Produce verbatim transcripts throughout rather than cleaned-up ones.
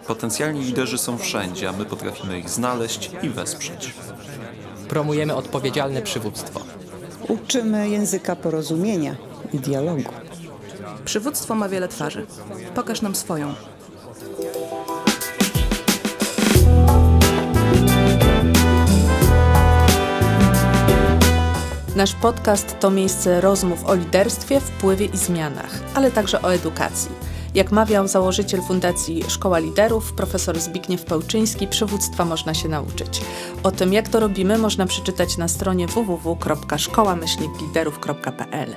Potencjalni liderzy są wszędzie, a my potrafimy ich znaleźć i wesprzeć. Promujemy odpowiedzialne przywództwo. Uczymy języka porozumienia i dialogu. Przywództwo ma wiele twarzy. Pokaż nam swoją. Nasz podcast to miejsce rozmów o liderstwie, wpływie i zmianach, ale także o edukacji. Jak mawiał założyciel Fundacji Szkoła Liderów, profesor Zbigniew Pełczyński, przywództwa można się nauczyć. O tym, jak to robimy, można przeczytać na stronie w w w kropka szkoła myślnik liderów kropka p l.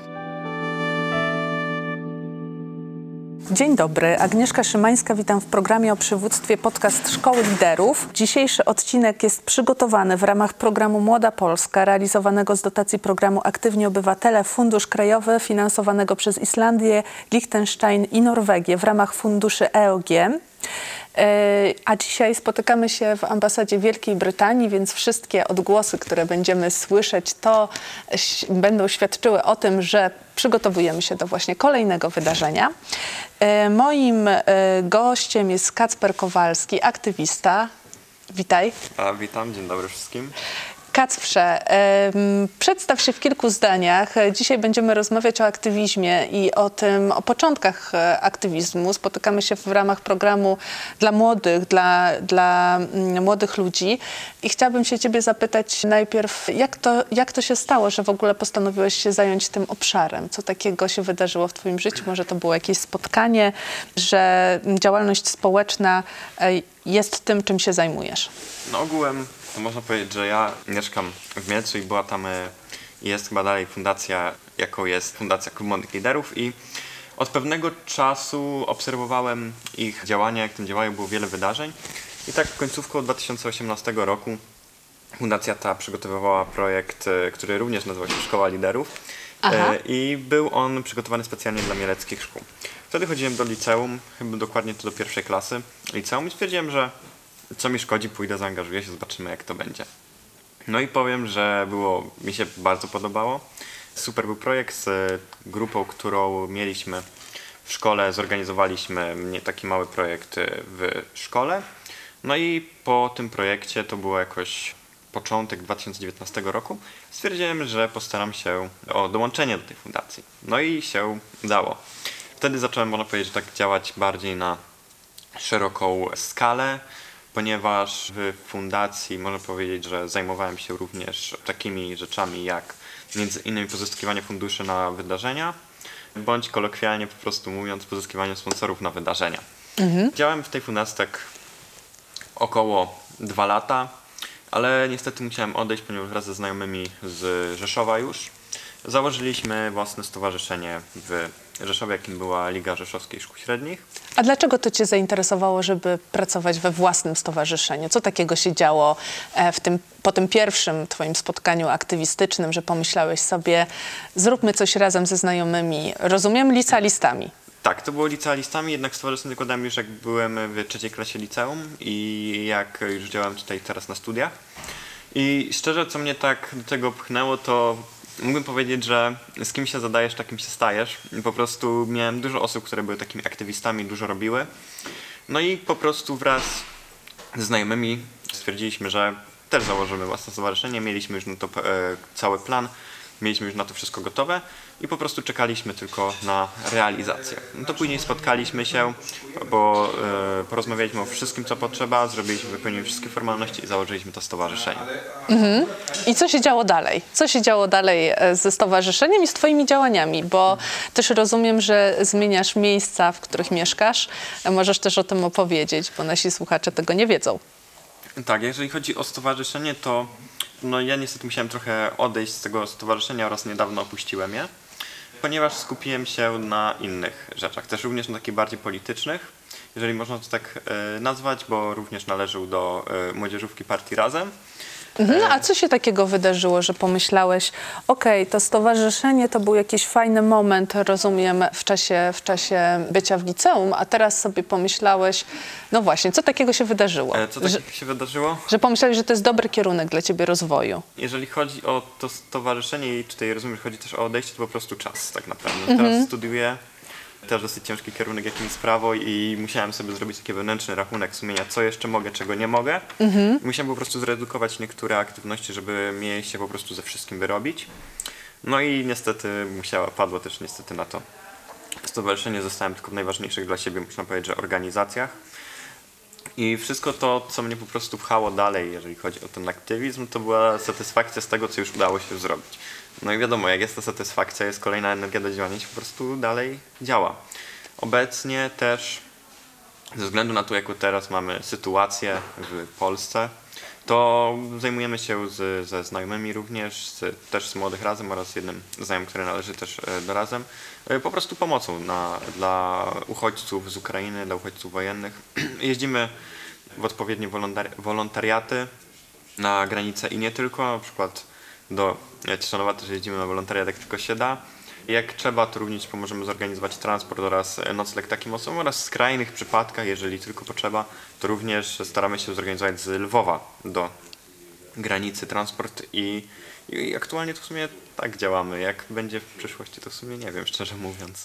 Dzień dobry, Agnieszka Szymańska, witam w programie o przywództwie podcast Szkoły Liderów. Dzisiejszy odcinek jest przygotowany w ramach programu Młoda Polska, realizowanego z dotacji programu Aktywni Obywatele, Fundusz Krajowy, finansowanego przez Islandię, Liechtenstein i Norwegię w ramach funduszy E O G. A dzisiaj spotykamy się w ambasadzie Wielkiej Brytanii, więc wszystkie odgłosy, które będziemy słyszeć, to będą świadczyły o tym, że przygotowujemy się do właśnie kolejnego wydarzenia. Moim gościem jest Kacper Kowalski, aktywista. Witaj. A, witam, dzień dobry wszystkim. Kacprze, przedstaw się w kilku zdaniach. Dzisiaj będziemy rozmawiać o aktywizmie i o tym, o początkach aktywizmu. Spotykamy się w ramach programu dla młodych, dla, dla młodych ludzi. I chciałabym się ciebie zapytać najpierw, jak to, jak to się stało, że w ogóle postanowiłeś się zająć tym obszarem? Co takiego się wydarzyło w twoim życiu? Może to było jakieś spotkanie, że działalność społeczna jest tym, czym się zajmujesz? No ogółem to można powiedzieć, że ja mieszkam w Mielcu i była tam, jest chyba dalej fundacja, jaką jest Fundacja Klub Młodych Liderów, i od pewnego czasu obserwowałem ich działania, jak tam działają, było wiele wydarzeń. I tak końcówką dwa tysiące osiemnastego roku fundacja ta przygotowywała projekt, który również nazywał się Szkoła Liderów. Aha. I był on przygotowany specjalnie dla mieleckich szkół. Wtedy chodziłem do liceum, chyba dokładnie to do pierwszej klasy liceum, i stwierdziłem, że co mi szkodzi, pójdę, zaangażuję się, zobaczymy, jak to będzie. No i powiem, że było, mi się bardzo podobało. Super był projekt z grupą, którą mieliśmy w szkole. Zorganizowaliśmy taki mały projekt w szkole. No i po tym projekcie, to było jakoś początek dwa tysiące dziewiętnastego roku, stwierdziłem, że postaram się o dołączenie do tej fundacji. No i się udało. Wtedy zacząłem, można powiedzieć, tak działać bardziej na szeroką skalę, ponieważ w fundacji można powiedzieć, że zajmowałem się również takimi rzeczami jak między innymi pozyskiwanie funduszy na wydarzenia, bądź kolokwialnie po prostu mówiąc, pozyskiwanie sponsorów na wydarzenia. Mhm. Działałem w tej fundacji tak około dwa lata, ale niestety musiałem odejść, ponieważ wraz ze znajomymi z Rzeszowa już założyliśmy własne stowarzyszenie w Rzeszowie, jakim była Liga Rzeszowskich Szkół Średnich. A dlaczego to cię zainteresowało, żeby pracować we własnym stowarzyszeniu? Co takiego się działo w tym, po tym pierwszym twoim spotkaniu aktywistycznym, że pomyślałeś sobie, zróbmy coś razem ze znajomymi, rozumiem, licealistami? Tak, to było licealistami, jednak stowarzyszenie zakładałem już, jak byłem w trzeciej klasie liceum i jak już działałem tutaj teraz na studiach. I szczerze, co mnie tak do tego pchnęło, to mógłbym powiedzieć, że z kim się zadajesz, takim się stajesz. I po prostu miałem dużo osób, które były takimi aktywistami, dużo robiły. No i po prostu wraz ze znajomymi stwierdziliśmy, że też założymy własne stowarzyszenie. Mieliśmy już na to e, cały plan, mieliśmy już na to wszystko gotowe i po prostu czekaliśmy tylko na realizację. No to później spotkaliśmy się, bo e, porozmawialiśmy o wszystkim, co potrzeba, zrobiliśmy, wypełniliśmy wszystkie formalności i założyliśmy to stowarzyszenie. Mhm. I co się działo dalej? Co się działo dalej ze stowarzyszeniem i z twoimi działaniami? Bo też rozumiem, że zmieniasz miejsca, w których mieszkasz. Możesz też o tym opowiedzieć, bo nasi słuchacze tego nie wiedzą. Tak, jeżeli chodzi o stowarzyszenie, to no ja niestety musiałem trochę odejść z tego stowarzyszenia oraz niedawno opuściłem je, ponieważ skupiłem się na innych rzeczach, też również na takich bardziej politycznych, jeżeli można to tak e, nazwać, bo również należył do e, młodzieżówki partii Razem. Mhm, a co się takiego wydarzyło, że pomyślałeś, okej, okay, to stowarzyszenie to był jakiś fajny moment, rozumiem, w czasie, w czasie bycia w liceum, a teraz sobie pomyślałeś, no właśnie, co takiego się wydarzyło? E, co takiego że, się wydarzyło? Że pomyślałeś, że to jest dobry kierunek dla ciebie rozwoju. Jeżeli chodzi o to stowarzyszenie i tutaj rozumiem, że chodzi też o odejście, to po prostu czas tak naprawdę. Mhm. Teraz studiuję też dosyć ciężki kierunek, jakim jest prawo i musiałem sobie zrobić taki wewnętrzny rachunek sumienia, co jeszcze mogę, czego nie mogę. Mhm. Musiałem po prostu zredukować niektóre aktywności, żeby mnie się po prostu ze wszystkim wyrobić. No i niestety musiała, padło też niestety na to. W stowarzyszeniu zostałem tylko w najważniejszych dla siebie, można powiedzieć, że organizacjach. I wszystko to, co mnie po prostu pchało dalej, jeżeli chodzi o ten aktywizm, to była satysfakcja z tego, co już udało się zrobić. No i wiadomo, jak jest ta satysfakcja, jest kolejna energia do działania, się po prostu dalej działa. Obecnie też, ze względu na to, jaką teraz mamy sytuację w Polsce, to zajmujemy się z, ze znajomymi również, z, też z Młodych Razem oraz jednym znajomym, który należy też do Razem, po prostu pomocą na, dla uchodźców z Ukrainy, dla uchodźców wojennych. Jeździmy w odpowiednie wolontari- wolontariaty na granicę i nie tylko, na przykład do Cieszanowa też jeździmy na wolontariat, jak tylko się da. Jak trzeba, to również pomożemy zorganizować transport oraz nocleg takim osobom oraz w skrajnych przypadkach, jeżeli tylko potrzeba, to również staramy się zorganizować z Lwowa do granicy transport i, i aktualnie to w sumie tak działamy. Jak będzie w przyszłości, to w sumie nie wiem, szczerze mówiąc.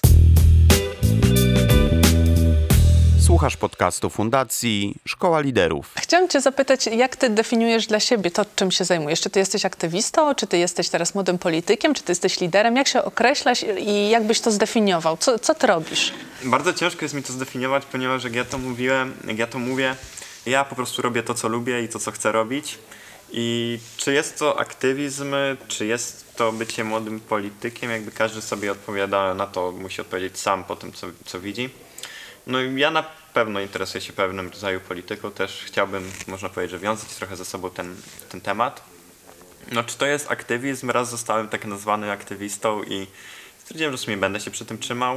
Słuchasz podcastu Fundacji Szkoła Liderów. Chciałam cię zapytać, jak ty definiujesz dla siebie to, czym się zajmujesz? Czy ty jesteś aktywistą, czy ty jesteś teraz młodym politykiem, czy ty jesteś liderem? Jak się określasz i jak byś to zdefiniował? Co, co ty robisz? Bardzo ciężko jest mi to zdefiniować, ponieważ jak ja to mówiłem, jak ja to mówię, ja po prostu robię to, co lubię i to, co chcę robić. I czy jest to aktywizm, czy jest to bycie młodym politykiem, jakby każdy sobie odpowiada na to, musi odpowiedzieć sam po tym, co, co widzi. No i ja na pewno interesuję się pewnym rodzaju polityką, też chciałbym, można powiedzieć, że wiązać trochę ze sobą ten, ten temat. No czy to jest aktywizm? Raz zostałem tak nazwany aktywistą i stwierdziłem, że w sumie będę się przy tym trzymał,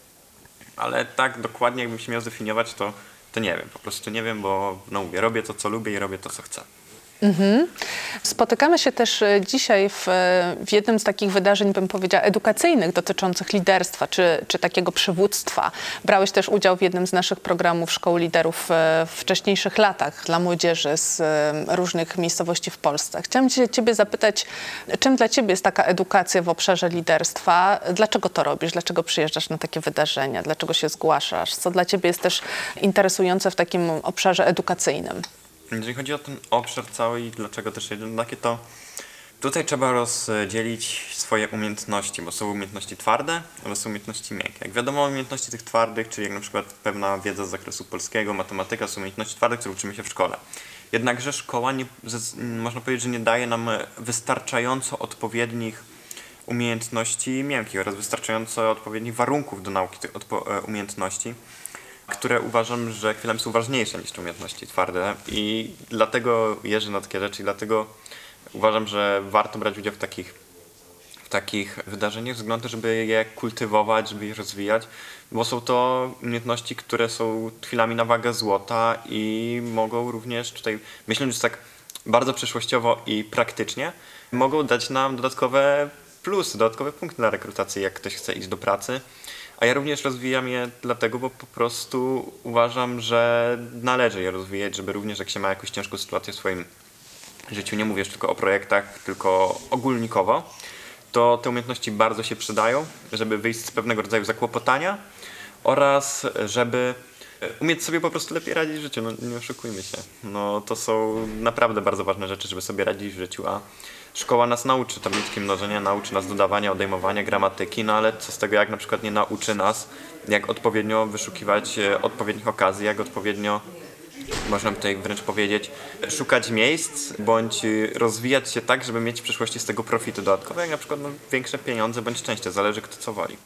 ale tak dokładnie jakbym się miał zdefiniować, to, to nie wiem, po prostu nie wiem, bo no mówię, robię to, co lubię i robię to, co chcę. Mhm. Spotykamy się też dzisiaj w, w jednym z takich wydarzeń, bym powiedziała, edukacyjnych dotyczących liderstwa, czy, czy takiego przywództwa. Brałeś też udział w jednym z naszych programów Szkoły Liderów w wcześniejszych latach dla młodzieży z różnych miejscowości w Polsce. Chciałam cię, ciebie zapytać, czym dla ciebie jest taka edukacja w obszarze liderstwa? Dlaczego to robisz? Dlaczego przyjeżdżasz na takie wydarzenia? Dlaczego się zgłaszasz? Co dla ciebie jest też interesujące w takim obszarze edukacyjnym? Jeżeli chodzi o ten obszar cały i dlaczego też jedziemy takie, to tutaj trzeba rozdzielić swoje umiejętności, bo są umiejętności twarde oraz są umiejętności miękkie. Jak wiadomo, umiejętności tych twardych, czyli jak na przykład pewna wiedza z zakresu polskiego, matematyka, są umiejętności twarde, które uczymy się w szkole. Jednakże szkoła, nie, można powiedzieć, że nie daje nam wystarczająco odpowiednich umiejętności miękkich oraz wystarczająco odpowiednich warunków do nauki tych umiejętności, które uważam, że chwilami są ważniejsze niż te umiejętności twarde i dlatego jeżdżę na takie rzeczy i dlatego uważam, że warto brać udział w takich, w takich wydarzeniach, ze względu na to, żeby je kultywować, żeby je rozwijać, bo są to umiejętności, które są chwilami na wagę złota i mogą również tutaj, myślę, że tak bardzo przyszłościowo i praktycznie, mogą dać nam dodatkowe plusy, dodatkowe punkty na rekrutacji, jak ktoś chce iść do pracy. A ja również rozwijam je dlatego, bo po prostu uważam, że należy je rozwijać, żeby również jak się ma jakąś ciężką sytuację w swoim życiu, nie mówię już tylko o projektach, tylko ogólnikowo, to te umiejętności bardzo się przydają, żeby wyjść z pewnego rodzaju zakłopotania oraz żeby umieć sobie po prostu lepiej radzić w życiu. No nie oszukujmy się. No to są naprawdę bardzo ważne rzeczy, żeby sobie radzić w życiu, a szkoła nas nauczy tabliczki mnożenia, nauczy nas dodawania, odejmowania, gramatyki, no ale co z tego, jak na przykład nie nauczy nas, jak odpowiednio wyszukiwać e, odpowiednich okazji, jak odpowiednio, można by tutaj wręcz powiedzieć, szukać miejsc, bądź rozwijać się tak, żeby mieć w przyszłości z tego profity dodatkowe, jak na przykład no, większe pieniądze bądź szczęście, zależy kto co woli.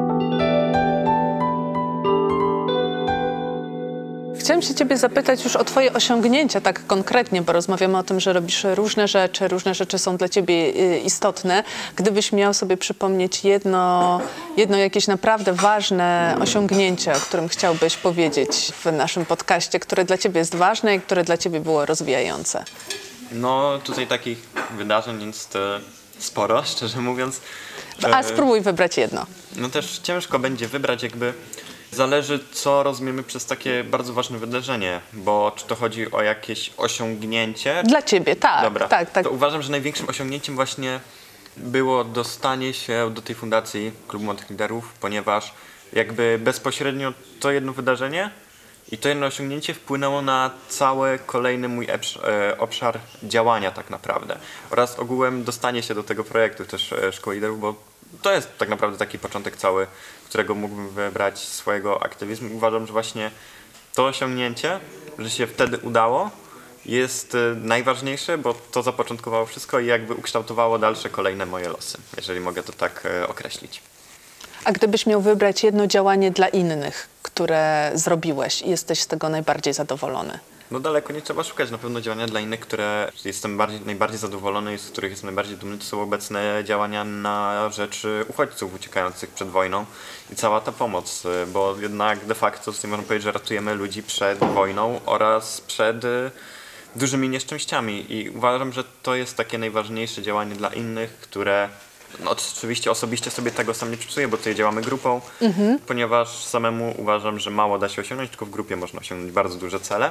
Chciałam się ciebie zapytać już o twoje osiągnięcia tak konkretnie, bo rozmawiamy o tym, że robisz różne rzeczy, różne rzeczy są dla ciebie istotne. Gdybyś miał sobie przypomnieć jedno, jedno jakieś naprawdę ważne osiągnięcie, o którym chciałbyś powiedzieć w naszym podcaście, które dla ciebie jest ważne i które dla ciebie było rozwijające. No tutaj takich wydarzeń jest e, sporo, szczerze mówiąc. A spróbuj wybrać jedno. No też ciężko będzie wybrać, jakby zależy, co rozumiemy przez takie bardzo ważne wydarzenie, bo czy to chodzi o jakieś osiągnięcie? Dla ciebie, tak. Dobra, tak, tak. to uważam, że największym osiągnięciem właśnie było dostanie się do tej fundacji Klubu Młodych Liderów, ponieważ jakby bezpośrednio to jedno wydarzenie i to jedno osiągnięcie wpłynęło na cały kolejny mój epsz- e, obszar działania tak naprawdę. Oraz ogółem dostanie się do tego projektu też e, Szkoły Liderów, bo to jest tak naprawdę taki początek cały, którego mógłbym wybrać swojego aktywizmu. Uważam, że właśnie to osiągnięcie, że się wtedy udało, jest e, najważniejsze, bo to zapoczątkowało wszystko i jakby ukształtowało dalsze kolejne moje losy, jeżeli mogę to tak e, określić. A gdybyś miał wybrać jedno działanie dla innych, które zrobiłeś i jesteś z tego najbardziej zadowolony? No daleko nie trzeba szukać. Na pewno działania dla innych, które jestem bardziej, najbardziej zadowolony i z których jestem najbardziej dumny, to są obecne działania na rzecz uchodźców uciekających przed wojną i cała ta pomoc, bo jednak de facto tutaj można powiedzieć, że ratujemy ludzi przed wojną oraz przed y, dużymi nieszczęściami i uważam, że to jest takie najważniejsze działanie dla innych, które no, oczywiście osobiście sobie tego sam nie przypisuję, bo tutaj działamy grupą, mhm. ponieważ samemu uważam, że mało da się osiągnąć, tylko w grupie można osiągnąć bardzo duże cele.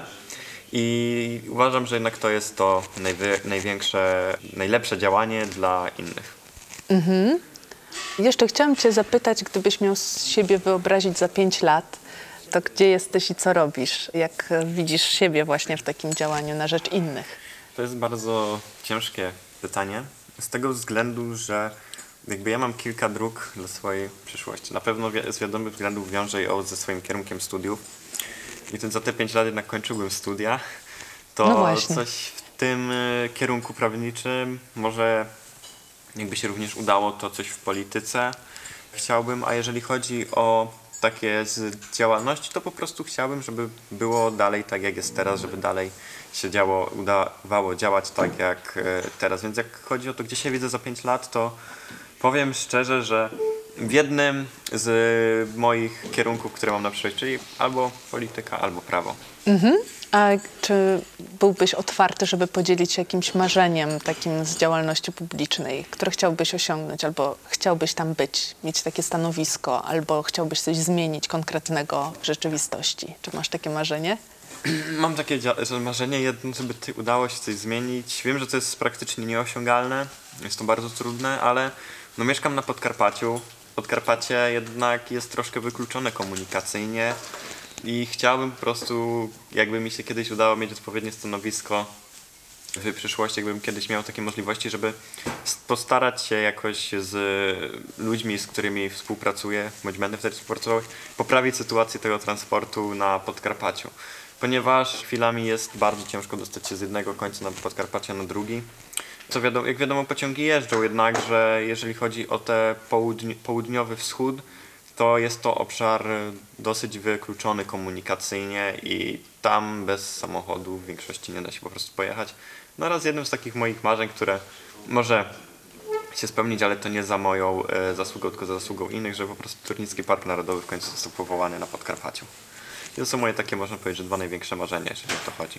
I uważam, że jednak to jest to najwy- największe, najlepsze działanie dla innych. Mhm. Jeszcze chciałam Cię zapytać, gdybyś miał z siebie wyobrazić za pięć lat, to gdzie jesteś i co robisz? Jak widzisz siebie właśnie w takim działaniu na rzecz innych? To jest bardzo ciężkie pytanie, z tego względu, że jakby ja mam kilka dróg dla swojej przyszłości. Na pewno wi- z wiadomych względów wiąże ją ze swoim kierunkiem studiów. I ten za te pięć lat jednak kończyłbym studia, to No właśnie. coś w tym y, kierunku prawniczym, może jakby się również udało, to coś w polityce chciałbym, a jeżeli chodzi o takie z działalności, to po prostu chciałbym, żeby było dalej tak jak jest teraz, żeby dalej się działo, udawało działać tak jak y, teraz. Więc jak chodzi o to, gdzie się widzę za pięć lat, to powiem szczerze, że w jednym z moich kierunków, które mam na przyszłość, czyli albo polityka, albo prawo. Mhm. A czy byłbyś otwarty, żeby podzielić się jakimś marzeniem takim z działalności publicznej, które chciałbyś osiągnąć, albo chciałbyś tam być, mieć takie stanowisko, albo chciałbyś coś zmienić konkretnego w rzeczywistości? Czy masz takie marzenie? Mam takie dzia- że marzenie jedno, żeby tutaj udało się coś zmienić. Wiem, że to jest praktycznie nieosiągalne, jest to bardzo trudne, ale no mieszkam na Podkarpaciu. Podkarpacie jednak jest troszkę wykluczone komunikacyjnie i chciałbym po prostu, jakby mi się kiedyś udało mieć odpowiednie stanowisko w przyszłości, jakbym kiedyś miał takie możliwości, żeby postarać się jakoś z ludźmi, z którymi współpracuję, bądź będę wtedy współpracował, poprawić sytuację tego transportu na Podkarpaciu. Ponieważ chwilami jest bardzo ciężko dostać się z jednego końca na Podkarpacia na drugi. Co wiadomo, jak wiadomo, pociągi jeżdżą, jednakże jeżeli chodzi o te południ- południowy wschód, to jest to obszar dosyć wykluczony komunikacyjnie i tam bez samochodu w większości nie da się po prostu pojechać. No oraz jednym z takich moich marzeń, które może się spełnić, ale to nie za moją e, zasługą, tylko za zasługą innych, że po prostu Turnicki Park Narodowy w końcu został powołany na Podkarpaciu. I to są moje takie, można powiedzieć, że dwa największe marzenia, jeżeli o to chodzi.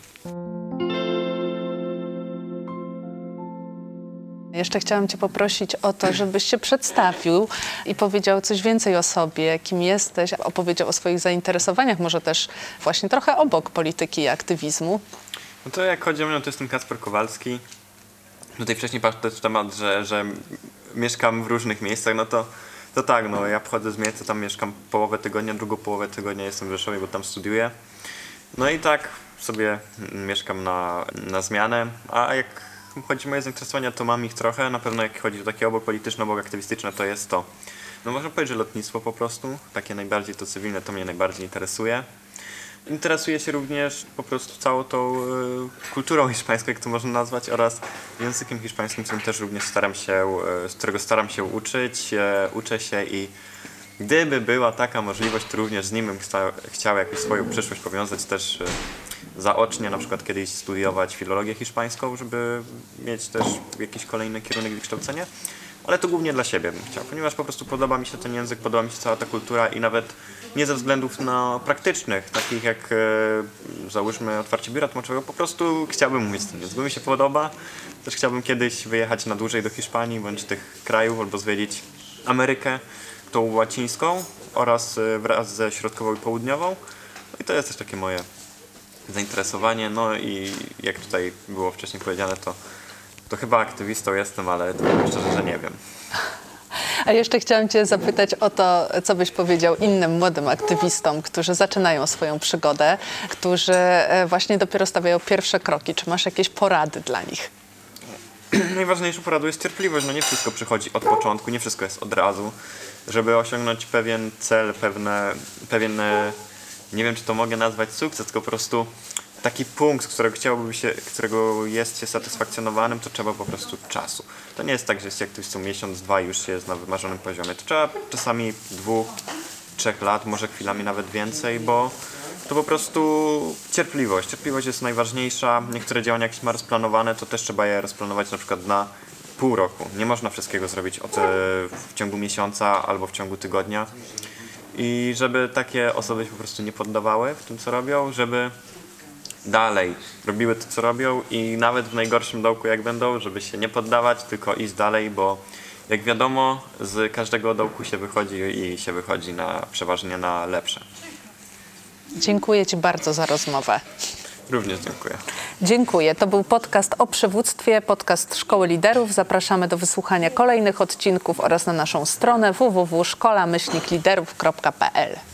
Jeszcze chciałam Cię poprosić o to, żebyś się przedstawił i powiedział coś więcej o sobie, kim jesteś, opowiedział o swoich zainteresowaniach, może też właśnie trochę obok polityki i aktywizmu. No to jak chodzi o mnie, to jestem Kacper Kowalski. Tutaj wcześniej padł też temat, że, że mieszkam w różnych miejscach, no to, to tak, no ja pochodzę z Mielca, tam mieszkam połowę tygodnia, drugą połowę tygodnia jestem w Rzeszowie, bo tam studiuję. No i tak sobie mieszkam na, na zmianę, a jak chodzi o moje zainteresowania, to mam ich trochę. Na pewno jak chodzi o takie obok polityczne, obok aktywistyczne, to jest to, no można powiedzieć, że lotnictwo po prostu, takie najbardziej to cywilne, to mnie najbardziej interesuje. Interesuję się również po prostu całą tą y, kulturą hiszpańską, jak to można nazwać, oraz językiem hiszpańskim, którym też również staram się, y, z którego staram się uczyć, y, uczę się i gdyby była taka możliwość, to również z nim bym chca, chciał jakąś swoją przyszłość powiązać też y, zaocznie, na przykład kiedyś studiować filologię hiszpańską, żeby mieć też jakiś kolejny kierunek wykształcenia. Ale to głównie dla siebie bym chciał, ponieważ po prostu podoba mi się ten język, podoba mi się cała ta kultura i nawet nie ze względów no, praktycznych, takich jak e, załóżmy otwarcie biura tłumaczowego, po prostu chciałbym mówić ten język, bo mi się podoba. Też chciałbym kiedyś wyjechać na dłużej do Hiszpanii bądź tych krajów, albo zwiedzić Amerykę, tą łacińską oraz e, wraz ze środkową i południową. No i to jest też takie moje zainteresowanie, no i jak tutaj było wcześniej powiedziane, to To chyba aktywistą jestem, ale to powiem szczerze, że nie wiem. A jeszcze chciałam Cię zapytać o to, co byś powiedział innym młodym aktywistom, którzy zaczynają swoją przygodę, którzy e, właśnie dopiero stawiają pierwsze kroki. Czy masz jakieś porady dla nich? Najważniejszą poradą jest cierpliwość. No nie wszystko przychodzi od początku, nie wszystko jest od razu. Żeby osiągnąć pewien cel, pewne, pewien, e, nie wiem czy to mogę nazwać sukces, tylko po prostu taki punkt, z którego chciałoby się, którego jest się satysfakcjonowanym, to trzeba po prostu czasu. To nie jest tak, że jest jak ktoś co miesiąc, dwa i już się jest na wymarzonym poziomie. To trzeba czasami dwóch, trzech lat, może chwilami nawet więcej, bo to po prostu cierpliwość. Cierpliwość jest najważniejsza. Niektóre działania, jak się ma rozplanowane, to też trzeba je rozplanować na przykład na pół roku. Nie można wszystkiego zrobić od, w ciągu miesiąca albo w ciągu tygodnia. I żeby takie osoby się po prostu nie poddawały w tym, co robią, żeby dalej robiły to, co robią i nawet w najgorszym dołku, jak będą, żeby się nie poddawać, tylko iść dalej, bo jak wiadomo, z każdego dołku się wychodzi i się wychodzi na, przeważnie na lepsze. Dziękuję Ci bardzo za rozmowę. Również dziękuję. Dziękuję. To był podcast o przywództwie, podcast Szkoły Liderów. Zapraszamy do wysłuchania kolejnych odcinków oraz na naszą stronę w w w kropka szkoła myślnik liderów kropka p l.